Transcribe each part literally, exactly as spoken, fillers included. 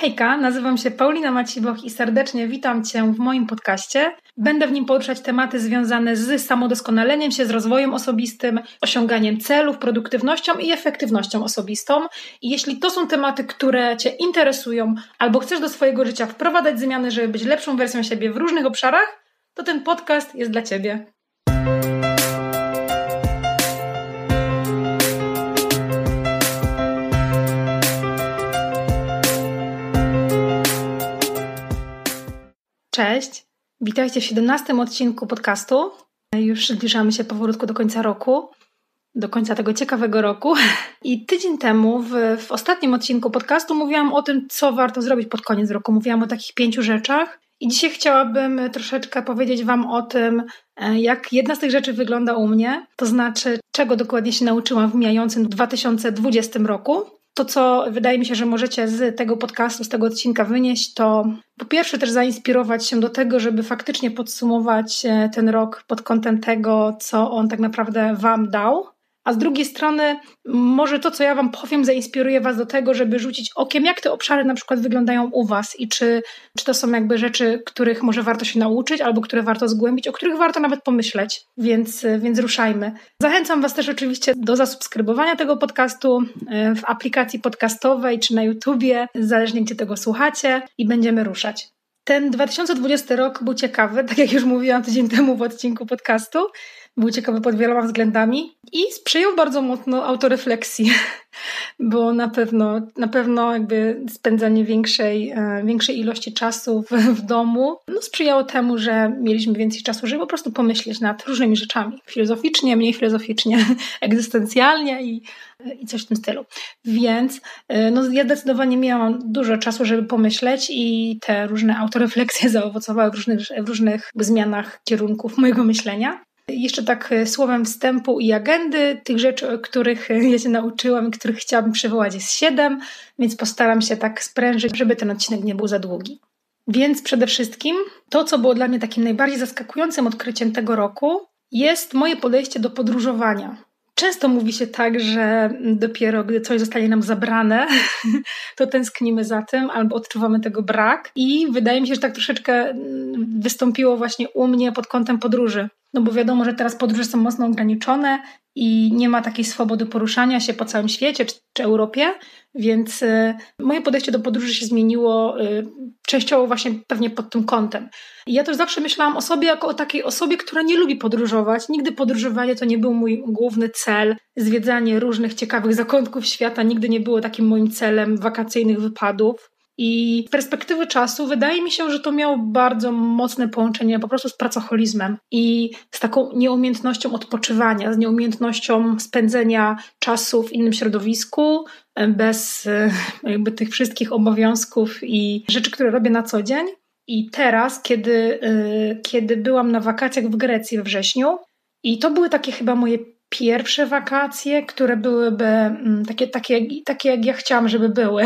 Hejka, nazywam się Paulina Maciwoch i serdecznie witam Cię w moim podcaście. Będę w nim poruszać tematy związane z samodoskonaleniem się, z rozwojem osobistym, osiąganiem celów, produktywnością i efektywnością osobistą. I jeśli to są tematy, które Cię interesują albo chcesz do swojego życia wprowadzać zmiany, żeby być lepszą wersją siebie w różnych obszarach, to ten podcast jest dla Ciebie. Cześć, witajcie w siedemnastym odcinku podcastu. Już zbliżamy się powolutku do końca roku, do końca tego ciekawego roku. I tydzień temu w, w ostatnim odcinku podcastu mówiłam o tym, co warto zrobić pod koniec roku. Mówiłam o takich pięciu rzeczach i dzisiaj chciałabym troszeczkę powiedzieć Wam o tym, jak jedna z tych rzeczy wygląda u mnie, to znaczy czego dokładnie się nauczyłam w mijającym dwa tysiące dwudziestym roku. To, co wydaje mi się, że możecie z tego podcastu, z tego odcinka wynieść, to po pierwsze też zainspirować się do tego, żeby faktycznie podsumować ten rok pod kątem tego, co on tak naprawdę Wam dał. A z drugiej strony może to, co ja Wam powiem, zainspiruje Was do tego, żeby rzucić okiem, jak te obszary na przykład wyglądają u Was i czy, czy to są jakby rzeczy, których może warto się nauczyć albo które warto zgłębić, o których warto nawet pomyśleć, więc, więc ruszajmy. Zachęcam Was też oczywiście do zasubskrybowania tego podcastu w aplikacji podcastowej czy na YouTubie, zależnie gdzie tego słuchacie i będziemy ruszać. Ten dwa tysiące dwudziesty rok był ciekawy, tak jak już mówiłam tydzień temu w odcinku podcastu. Był ciekawy pod wieloma względami i sprzyjał bardzo mocno autorefleksji, bo na pewno, na pewno jakby spędzanie większej, większej ilości czasu w, w domu no sprzyjało temu, że mieliśmy więcej czasu, żeby po prostu pomyśleć nad różnymi rzeczami. Filozoficznie, mniej filozoficznie, egzystencjalnie i, i coś w tym stylu. Więc no, ja zdecydowanie miałam dużo czasu, żeby pomyśleć i te różne autorefleksje zaowocowały w różnych, w różnych zmianach kierunków mojego myślenia. Jeszcze tak słowem wstępu i agendy, tych rzeczy, o których ja się nauczyłam i których chciałabym przywołać jest siedem, więc postaram się tak sprężyć, żeby ten odcinek nie był za długi. Więc przede wszystkim to, co było dla mnie takim najbardziej zaskakującym odkryciem tego roku, jest moje podejście do podróżowania. Często mówi się tak, że dopiero gdy coś zostanie nam zabrane, to tęsknimy za tym albo odczuwamy tego brak i wydaje mi się, że tak troszeczkę wystąpiło właśnie u mnie pod kątem podróży. No bo wiadomo, że teraz podróże są mocno ograniczone i nie ma takiej swobody poruszania się po całym świecie czy, czy Europie, więc y, moje podejście do podróży się zmieniło y, częściowo właśnie pewnie pod tym kątem. I ja też zawsze myślałam o sobie jako o takiej osobie, która nie lubi podróżować. Nigdy podróżowanie to nie był mój główny cel. Zwiedzanie różnych ciekawych zakątków świata nigdy nie było takim moim celem wakacyjnych wypadów. I z perspektywy czasu wydaje mi się, że to miało bardzo mocne połączenie po prostu z pracoholizmem i z taką nieumiejętnością odpoczywania, z nieumiejętnością spędzenia czasu w innym środowisku, bez jakby tych wszystkich obowiązków i rzeczy, które robię na co dzień. I teraz, kiedy, kiedy byłam na wakacjach w Grecji we wrześniu i to były takie chyba moje pierwsze wakacje, które byłyby takie, takie, takie jak ja chciałam, żeby były.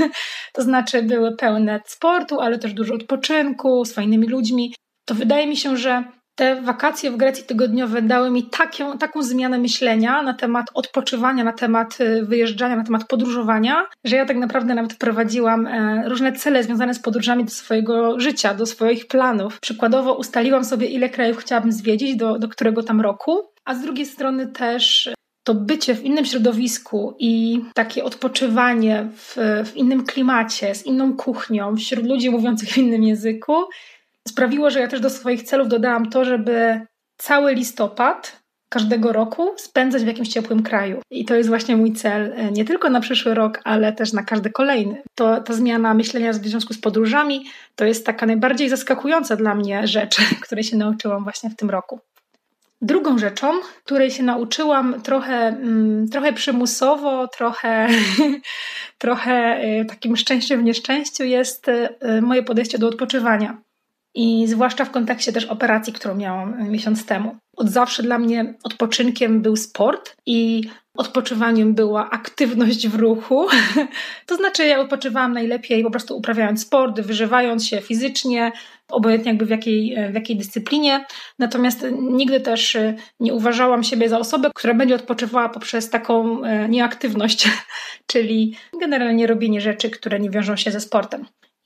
To znaczy były pełne sportu, ale też dużo odpoczynku z fajnymi ludźmi. To wydaje mi się, że te wakacje w Grecji tygodniowe dały mi taką, taką zmianę myślenia na temat odpoczywania, na temat wyjeżdżania, na temat podróżowania, że ja tak naprawdę nawet wprowadziłam różne cele związane z podróżami do swojego życia, do swoich planów. Przykładowo ustaliłam sobie, ile krajów chciałabym zwiedzić, do, do którego tam roku, a z drugiej strony też to bycie w innym środowisku i takie odpoczywanie w, w innym klimacie, z inną kuchnią, wśród ludzi mówiących w innym języku, sprawiło, że ja też do swoich celów dodałam to, żeby cały listopad każdego roku spędzać w jakimś ciepłym kraju. I to jest właśnie mój cel nie tylko na przyszły rok, ale też na każdy kolejny. To, ta zmiana myślenia w związku z podróżami to jest taka najbardziej zaskakująca dla mnie rzecz, której się nauczyłam właśnie w tym roku. Drugą rzeczą, której się nauczyłam trochę, trochę przymusowo, trochę, trochę takim szczęściem w nieszczęściu jest moje podejście do odpoczywania. I zwłaszcza w kontekście też operacji, którą miałam miesiąc temu. Od zawsze dla mnie odpoczynkiem był sport i odpoczywaniem była aktywność w ruchu. To znaczy ja odpoczywałam najlepiej po prostu uprawiając sport, wyżywając się fizycznie, obojętnie jakby w jakiej, w jakiej dyscyplinie. Natomiast nigdy też nie uważałam siebie za osobę, która będzie odpoczywała poprzez taką nieaktywność, czyli generalnie robienie rzeczy, które nie wiążą się ze sportem.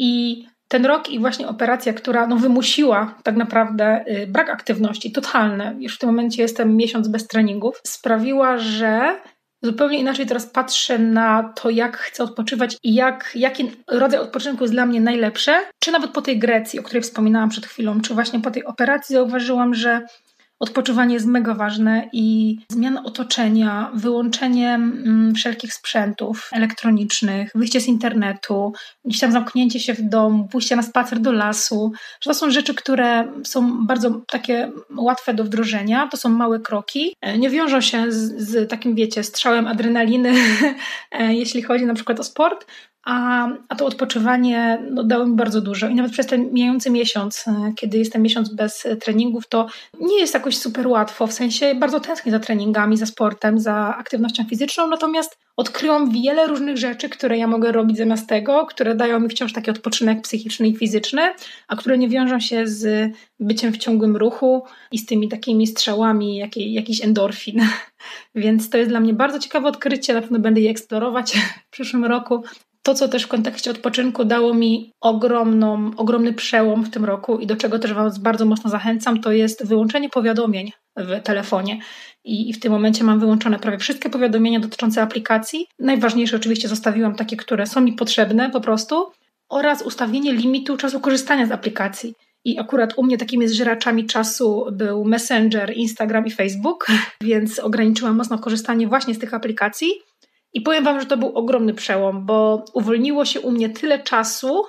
I ten rok i właśnie operacja, która no, wymusiła tak naprawdę brak aktywności, totalny, już w tym momencie jestem miesiąc bez treningów, sprawiła, że zupełnie inaczej teraz patrzę na to, jak chcę odpoczywać i jak, jaki rodzaj odpoczynku jest dla mnie najlepszy. Czy nawet po tej Grecji, o której wspominałam przed chwilą, czy właśnie po tej operacji zauważyłam, że odpoczywanie jest mega ważne i zmiana otoczenia, wyłączenie mm, wszelkich sprzętów elektronicznych, wyjście z internetu, gdzieś tam zamknięcie się w domu, pójście na spacer do lasu, że to są rzeczy, które są bardzo takie łatwe do wdrożenia, to są małe kroki, nie wiążą się z, z takim, wiecie, strzałem adrenaliny, jeśli chodzi na przykład o sport, A, a to odpoczywanie no, dało mi bardzo dużo. I nawet przez ten mijający miesiąc, kiedy jestem miesiąc bez treningów, to nie jest jakoś super łatwo. W sensie bardzo tęsknię za treningami, za sportem, za aktywnością fizyczną. Natomiast odkryłam wiele różnych rzeczy, które ja mogę robić zamiast tego, które dają mi wciąż taki odpoczynek psychiczny i fizyczny, a które nie wiążą się z byciem w ciągłym ruchu i z tymi takimi strzałami jakiej, jakiś endorfin. Więc to jest dla mnie bardzo ciekawe odkrycie. Na pewno będę je eksplorować w przyszłym roku. To, co też w kontekście odpoczynku dało mi ogromną, ogromny przełom w tym roku i do czego też Was bardzo mocno zachęcam, to jest wyłączenie powiadomień w telefonie. I, I w tym momencie mam wyłączone prawie wszystkie powiadomienia dotyczące aplikacji. Najważniejsze oczywiście zostawiłam takie, które są mi potrzebne po prostu oraz ustawienie limitu czasu korzystania z aplikacji. I akurat u mnie takimi zżeraczami czasu był Messenger, Instagram i Facebook, więc ograniczyłam mocno korzystanie właśnie z tych aplikacji. I powiem Wam, że to był ogromny przełom, bo uwolniło się u mnie tyle czasu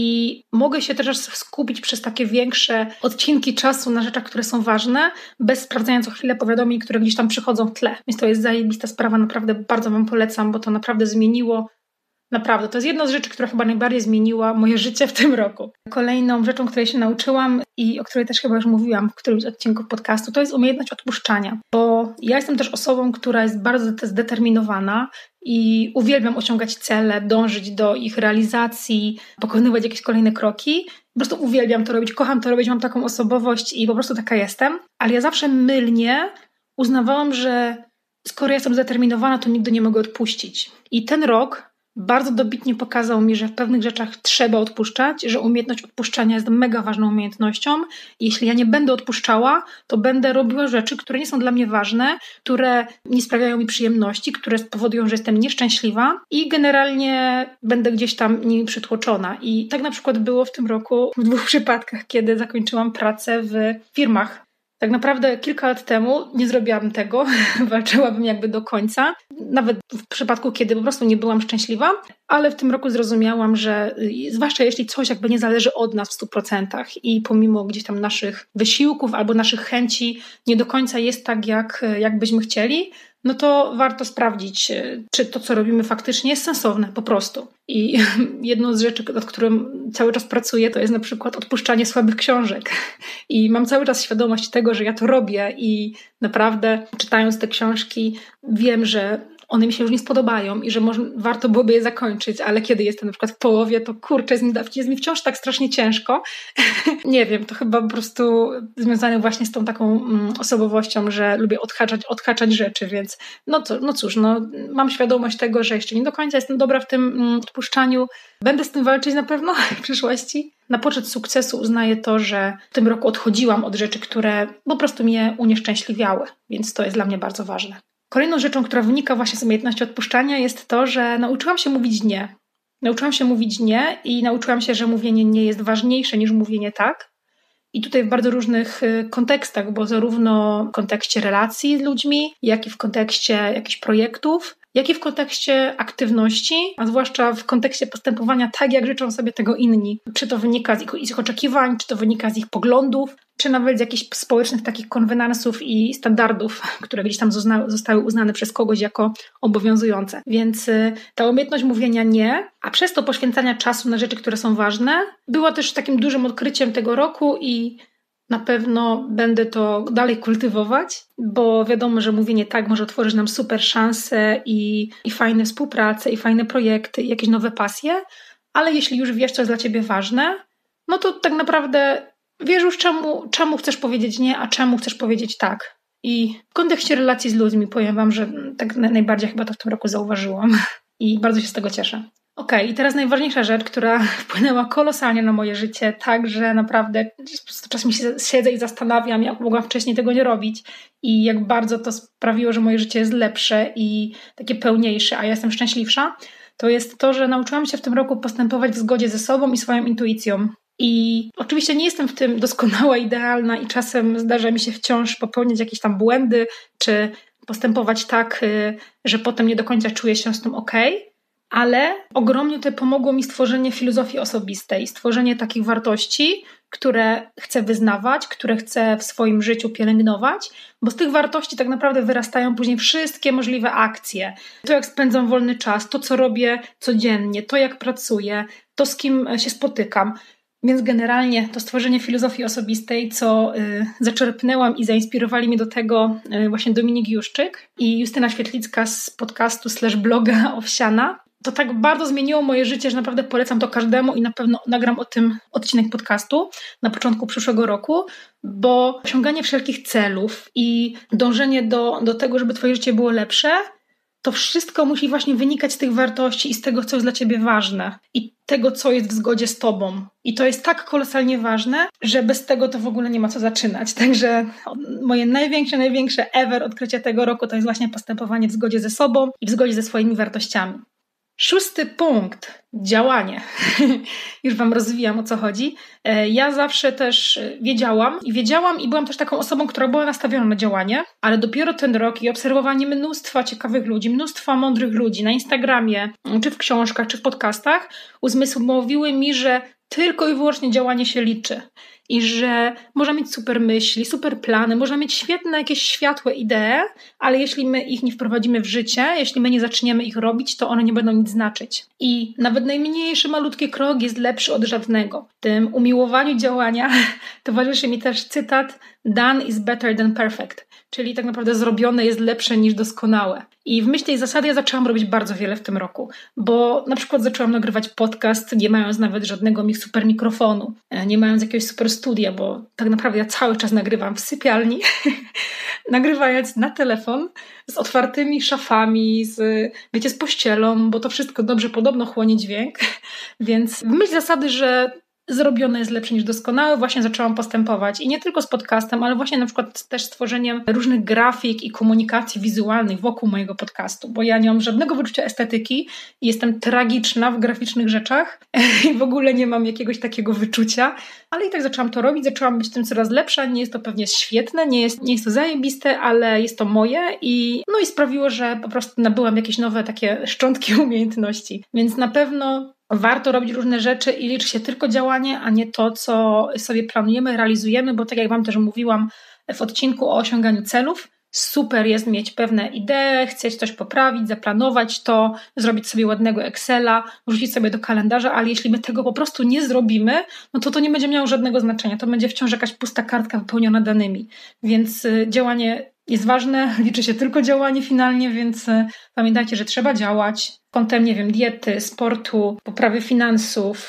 i mogę się też skupić przez takie większe odcinki czasu na rzeczach, które są ważne, bez sprawdzania co chwilę powiadomień, które gdzieś tam przychodzą w tle. Więc to jest zajebista sprawa, naprawdę bardzo Wam polecam, bo to naprawdę zmieniło. Naprawdę, to jest jedna z rzeczy, która chyba najbardziej zmieniła moje życie w tym roku. Kolejną rzeczą, której się nauczyłam i o której też chyba już mówiłam w którymś odcinku podcastu, to jest umiejętność odpuszczania. Bo ja jestem też osobą, która jest bardzo zdeterminowana i uwielbiam osiągać cele, dążyć do ich realizacji, pokonywać jakieś kolejne kroki. Po prostu uwielbiam to robić, kocham to robić, mam taką osobowość i po prostu taka jestem. Ale ja zawsze mylnie uznawałam, że skoro ja jestem zdeterminowana, to nigdy nie mogę odpuścić. I ten rok bardzo dobitnie pokazał mi, że w pewnych rzeczach trzeba odpuszczać, że umiejętność odpuszczania jest mega ważną umiejętnością. I jeśli ja nie będę odpuszczała, to będę robiła rzeczy, które nie są dla mnie ważne, które nie sprawiają mi przyjemności, które powodują, że jestem nieszczęśliwa i generalnie będę gdzieś tam nimi przytłoczona. I tak na przykład było w tym roku w dwóch przypadkach, kiedy zakończyłam pracę w firmach. Tak naprawdę kilka lat temu nie zrobiłabym tego, walczyłabym jakby do końca, nawet w przypadku, kiedy po prostu nie byłam szczęśliwa, ale w tym roku zrozumiałam, że zwłaszcza jeśli coś jakby nie zależy od nas w stu procentach i pomimo gdzieś tam naszych wysiłków albo naszych chęci nie do końca jest tak, jak, jak byśmy chcieli, no to warto sprawdzić, czy to, co robimy faktycznie jest sensowne po prostu. I jedną z rzeczy, nad którą cały czas pracuję, to jest na przykład odpuszczanie słabych książek. I mam cały czas świadomość tego, że ja to robię i naprawdę czytając te książki wiem, że one mi się już nie spodobają i że może, warto byłoby je zakończyć, ale kiedy jestem na przykład w połowie, to kurczę, jest mi, jest mi wciąż tak strasznie ciężko. Nie wiem, to chyba po prostu związane właśnie z tą taką mm, osobowością, że lubię odhaczać, odhaczać rzeczy, więc no, to, no cóż, no, mam świadomość tego, że jeszcze nie do końca jestem dobra w tym mm, odpuszczaniu. Będę z tym walczyć na pewno w przyszłości. Na poczet sukcesu uznaję to, że w tym roku odchodziłam od rzeczy, które po prostu mnie unieszczęśliwiały, więc to jest dla mnie bardzo ważne. Kolejną rzeczą, która wynika właśnie z umiejętności odpuszczania jest to, że nauczyłam się mówić nie. Nauczyłam się mówić nie i nauczyłam się, że mówienie nie jest ważniejsze niż mówienie tak. I tutaj w bardzo różnych kontekstach, bo zarówno w kontekście relacji z ludźmi, jak i w kontekście jakichś projektów, jak i w kontekście aktywności, a zwłaszcza w kontekście postępowania tak, jak życzą sobie tego inni. Czy to wynika z ich, z ich oczekiwań, czy to wynika z ich poglądów, czy nawet z jakichś społecznych takich konwenansów i standardów, które gdzieś tam zostały uznane przez kogoś jako obowiązujące. Więc ta umiejętność mówienia nie, a przez to poświęcania czasu na rzeczy, które są ważne, była też takim dużym odkryciem tego roku i Na pewno będę to dalej kultywować, bo wiadomo, że mówienie tak może otworzyć nam super szanse i, i fajne współprace, i fajne projekty, i jakieś nowe pasje, ale jeśli już wiesz, co jest dla ciebie ważne, no to tak naprawdę wiesz już, czemu, czemu chcesz powiedzieć nie, a czemu chcesz powiedzieć tak. I w kontekście relacji z ludźmi powiem wam, że tak najbardziej chyba to w tym roku zauważyłam i bardzo się z tego cieszę. Okej, okay, i teraz najważniejsza rzecz, która wpłynęła kolosalnie na moje życie, tak, że naprawdę czasami się siedzę i zastanawiam, jak mogłam wcześniej tego nie robić i jak bardzo to sprawiło, że moje życie jest lepsze i takie pełniejsze, a ja jestem szczęśliwsza, to jest to, że nauczyłam się w tym roku postępować w zgodzie ze sobą i swoją intuicją. I oczywiście nie jestem w tym doskonała, idealna i czasem zdarza mi się wciąż popełniać jakieś tam błędy, czy postępować tak, że potem nie do końca czuję się z tym okej. Ale ogromnie to pomogło mi stworzenie filozofii osobistej, stworzenie takich wartości, które chcę wyznawać, które chcę w swoim życiu pielęgnować, bo z tych wartości tak naprawdę wyrastają później wszystkie możliwe akcje. To, jak spędzam wolny czas, to, co robię codziennie, to, jak pracuję, to, z kim się spotykam. Więc generalnie to stworzenie filozofii osobistej, co y, zaczerpnęłam i zainspirowali mnie do tego y, właśnie Dominik Juszczyk i Justyna Świetlicka z podcastu slash bloga Owsiana. To tak bardzo zmieniło moje życie, że naprawdę polecam to każdemu i na pewno nagram o tym odcinek podcastu na początku przyszłego roku, bo osiąganie wszelkich celów i dążenie do, do tego, żeby twoje życie było lepsze, to wszystko musi właśnie wynikać z tych wartości i z tego, co jest dla ciebie ważne i tego, co jest w zgodzie z tobą. I to jest tak kolosalnie ważne, że bez tego to w ogóle nie ma co zaczynać. Także moje największe, największe ever odkrycie tego roku to jest właśnie postępowanie w zgodzie ze sobą i w zgodzie ze swoimi wartościami. Szósty punkt, działanie. Już wam rozwijam, o co chodzi. Ja zawsze też wiedziałam i wiedziałam i byłam też taką osobą, która była nastawiona na działanie, ale dopiero ten rok i obserwowanie mnóstwa ciekawych ludzi, mnóstwa mądrych ludzi na Instagramie, czy w książkach, czy w podcastach uzmysłowiły mi, że tylko i wyłącznie działanie się liczy. I że można mieć super myśli, super plany, można mieć świetne jakieś światłe idee, ale jeśli my ich nie wprowadzimy w życie, jeśli my nie zaczniemy ich robić, to one nie będą nic znaczyć. I nawet najmniejszy, malutki krok jest lepszy od żadnego. W tym umiłowaniu działania towarzyszy mi też cytat "Done is better than perfect", czyli tak naprawdę zrobione jest lepsze niż doskonałe. I w myśl tej zasady ja zaczęłam robić bardzo wiele w tym roku, bo na przykład zaczęłam nagrywać podcast, nie mając nawet żadnego super mikrofonu, nie mając jakiegoś super studia, bo tak naprawdę ja cały czas nagrywam w sypialni, nagrywając na telefon z otwartymi szafami, z, wiecie, z pościelą, bo to wszystko dobrze podobno chłonie dźwięk, więc w myśl zasady, że zrobione jest lepsze niż doskonałe, właśnie zaczęłam postępować i nie tylko z podcastem, ale właśnie na przykład też stworzeniem różnych grafik i komunikacji wizualnej wokół mojego podcastu, bo ja nie mam żadnego wyczucia estetyki i jestem tragiczna w graficznych rzeczach i w ogóle nie mam jakiegoś takiego wyczucia, ale i tak zaczęłam to robić, zaczęłam być w tym coraz lepsza, nie jest to pewnie świetne, nie jest, nie jest to zajebiste, ale jest to moje i no i sprawiło, że po prostu nabyłam jakieś nowe takie szczątki umiejętności, więc na pewno warto robić różne rzeczy i liczy się tylko działanie, a nie to, co sobie planujemy, realizujemy, bo tak jak wam też mówiłam w odcinku o osiąganiu celów, super jest mieć pewne idee, chcieć coś poprawić, zaplanować to, zrobić sobie ładnego Excela, wrzucić sobie do kalendarza, ale jeśli my tego po prostu nie zrobimy, no to to nie będzie miało żadnego znaczenia. To będzie wciąż jakaś pusta kartka wypełniona danymi. Więc działanie jest ważne, liczy się tylko działanie finalnie, więc pamiętajcie, że trzeba działać. Kątem, nie wiem, diety, sportu, poprawy finansów,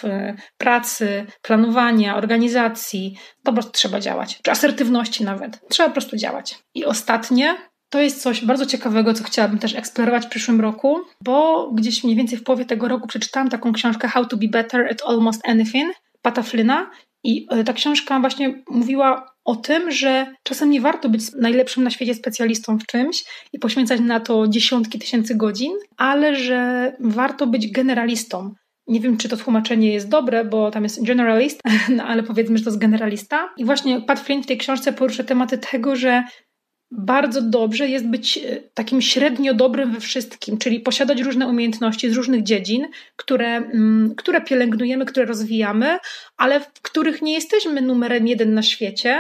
pracy, planowania, organizacji. Po prostu trzeba działać. Czy asertywności nawet. Trzeba po prostu działać. I ostatnie, to jest coś bardzo ciekawego, co chciałabym też eksplorować w przyszłym roku, bo gdzieś mniej więcej w połowie tego roku przeczytałam taką książkę How to be better at almost anything, Pata Flynna. I ta książka właśnie mówiła o tym, że czasem nie warto być najlepszym na świecie specjalistą w czymś i poświęcać na to dziesiątki tysięcy godzin, ale że warto być generalistą. Nie wiem, czy to tłumaczenie jest dobre, bo tam jest generalist, no ale powiedzmy, że to jest generalista. I właśnie Pat Flynn w tej książce porusza tematy tego, że bardzo dobrze jest być takim średnio dobrym we wszystkim, czyli posiadać różne umiejętności z różnych dziedzin, które, które pielęgnujemy, które rozwijamy, ale w których nie jesteśmy numerem jeden na świecie,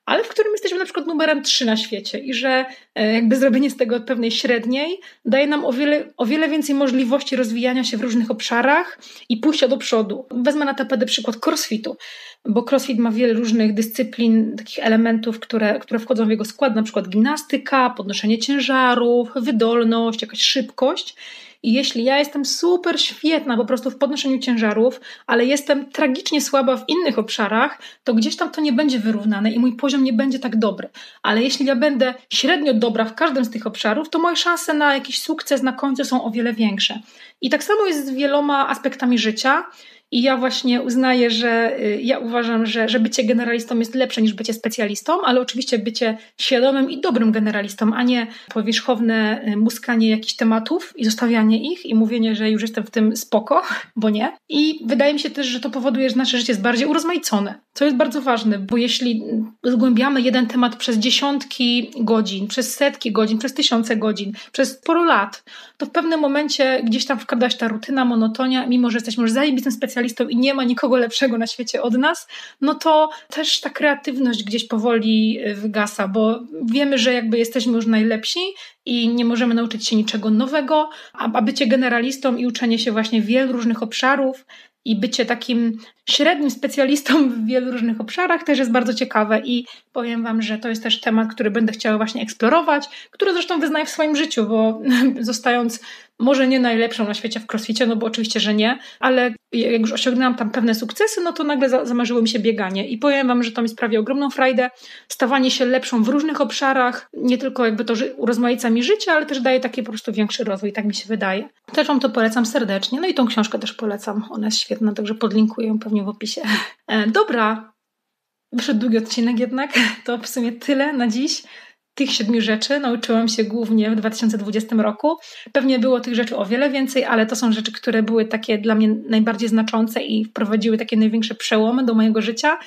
ale w którym jesteśmy na przykład numerem trzy na świecie i że jakby zrobienie z tego pewnej średniej daje nam o wiele, o wiele więcej możliwości rozwijania się w różnych obszarach i pójścia do przodu. Wezmę na tapetę przykład crossfitu, bo crossfit ma wiele różnych dyscyplin, takich elementów, które, które wchodzą w jego skład, na przykład gimnastyka, podnoszenie ciężarów, wydolność, jakaś szybkość. I jeśli ja jestem super świetna po prostu w podnoszeniu ciężarów, ale jestem tragicznie słaba w innych obszarach, to gdzieś tam to nie będzie wyrównane i mój poziom nie będzie tak dobry. Ale jeśli ja będę średnio dobra w każdym z tych obszarów, to moje szanse na jakiś sukces na końcu są o wiele większe. I tak samo jest z wieloma aspektami życia. I ja właśnie uznaję, że ja uważam, że, że bycie generalistą jest lepsze niż bycie specjalistą, ale oczywiście bycie świadomym i dobrym generalistą, a nie powierzchowne muskanie jakichś tematów i zostawianie ich i mówienie, że już jestem w tym spoko, bo nie. I wydaje mi się też, że to powoduje, że nasze życie jest bardziej urozmaicone, co jest bardzo ważne, bo jeśli zgłębiamy jeden temat przez dziesiątki godzin, przez setki godzin, przez tysiące godzin, przez sporo lat, to w pewnym momencie gdzieś tam wkrada się ta rutyna, monotonia, mimo że jesteśmy już zajebistym specjalistą i nie ma nikogo lepszego na świecie od nas, no to też ta kreatywność gdzieś powoli wygasa, bo wiemy, że jakby jesteśmy już najlepsi i nie możemy nauczyć się niczego nowego, a bycie generalistą i uczenie się właśnie wielu różnych obszarów i bycie takim średnim specjalistą w wielu różnych obszarach też jest bardzo ciekawe i powiem Wam, że to jest też temat, który będę chciała właśnie eksplorować, który zresztą wyznaję w swoim życiu, bo zostając może nie najlepszą na świecie w crossficie, no bo oczywiście, że nie, ale jak już osiągnęłam tam pewne sukcesy, no to nagle zamarzyło mi się bieganie i powiem Wam, że to mi sprawia ogromną frajdę, stawanie się lepszą w różnych obszarach, nie tylko jakby to urozmaica mi życie, ale też daje taki po prostu większy rozwój, tak mi się wydaje. Też Wam to polecam serdecznie, no i tą książkę też polecam, ona jest świetna, także podlinkuję ją pewnie w opisie. E, dobra, wyszedł długi odcinek jednak, to w sumie tyle na dziś. Tych siedmiu rzeczy nauczyłam się głównie w dwa tysiące dwudziestym roku. Pewnie było tych rzeczy o wiele więcej, ale to są rzeczy, które były takie dla mnie najbardziej znaczące i wprowadziły takie największe przełomy do mojego życia.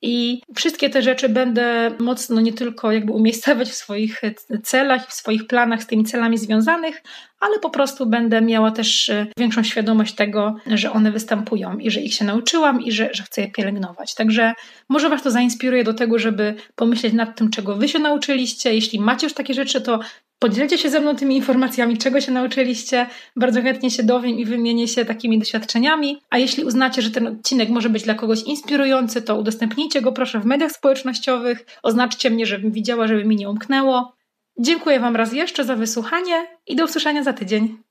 I wszystkie te rzeczy będę mocno nie tylko jakby umiejscowiać w swoich celach i w swoich planach z tymi celami związanych, ale po prostu będę miała też większą świadomość tego, że one występują i że ich się nauczyłam i że, że chcę je pielęgnować. Także może Was to zainspiruje do tego, żeby pomyśleć nad tym, czego Wy się nauczyliście. Jeśli macie już takie rzeczy, to podzielcie się ze mną tymi informacjami, czego się nauczyliście. Bardzo chętnie się dowiem i wymienię się takimi doświadczeniami. A jeśli uznacie, że ten odcinek może być dla kogoś inspirujący, to udostępnijcie go proszę w mediach społecznościowych. Oznaczcie mnie, żebym widziała, żeby mi nie umknęło. Dziękuję Wam raz jeszcze za wysłuchanie i do usłyszenia za tydzień.